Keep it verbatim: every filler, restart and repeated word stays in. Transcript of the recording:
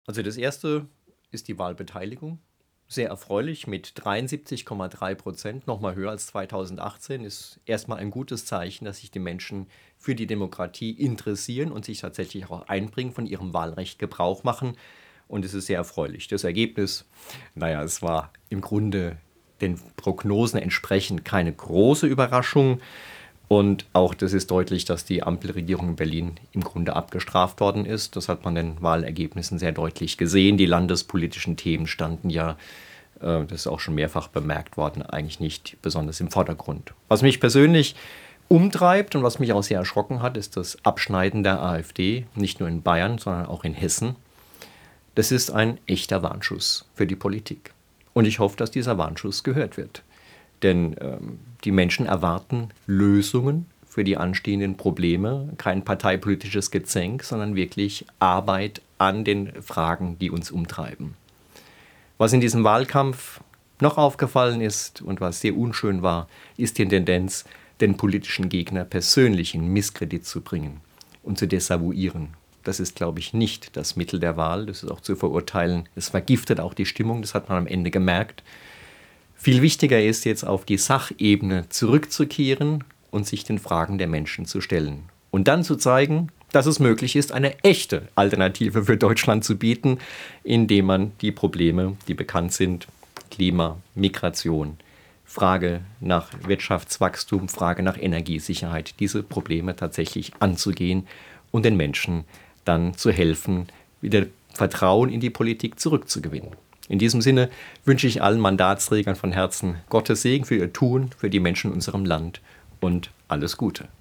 Also das erste ist die Wahlbeteiligung. Sehr erfreulich mit dreiundsiebzig Komma drei Prozent, noch mal höher als zweitausendachtzehn, ist erst mal ein gutes Zeichen, dass sich die Menschen für die Demokratie interessieren und sich tatsächlich auch einbringen, von ihrem Wahlrecht Gebrauch machen. Und es ist sehr erfreulich. Das Ergebnis, naja, es war im Grunde den Prognosen entsprechend keine große Überraschung. Und auch das ist deutlich, dass die Ampelregierung in Berlin im Grunde abgestraft worden ist. Das hat man in den Wahlergebnissen sehr deutlich gesehen. Die landespolitischen Themen standen ja, äh, das ist auch schon mehrfach bemerkt worden, eigentlich nicht besonders im Vordergrund. Was mich persönlich umtreibt und was mich auch sehr erschrocken hat, ist das Abschneiden der AfD, nicht nur in Bayern, sondern auch in Hessen. Das ist ein echter Warnschuss für die Politik. Und ich hoffe, dass dieser Warnschuss gehört wird. Denn ähm, die Menschen erwarten Lösungen für die anstehenden Probleme, kein parteipolitisches Gezänk, sondern wirklich Arbeit an den Fragen, die uns umtreiben. Was in diesem Wahlkampf noch aufgefallen ist und was sehr unschön war, ist die Tendenz, den politischen Gegner persönlich in Misskredit zu bringen und zu desavouieren. Das ist, glaube ich, nicht das Mittel der Wahl. Das ist auch zu verurteilen. Es vergiftet auch die Stimmung, das hat man am Ende gemerkt. Viel wichtiger ist jetzt, auf die Sachebene zurückzukehren und sich den Fragen der Menschen zu stellen. Und dann zu zeigen, dass es möglich ist, eine echte Alternative für Deutschland zu bieten, indem man die Probleme, die bekannt sind, Klima, Migration, Frage nach Wirtschaftswachstum, Frage nach Energiesicherheit, diese Probleme tatsächlich anzugehen und den Menschen dann zu helfen, wieder Vertrauen in die Politik zurückzugewinnen. In diesem Sinne wünsche ich allen Mandatsträgern von Herzen Gottes Segen für ihr Tun, für die Menschen in unserem Land und alles Gute.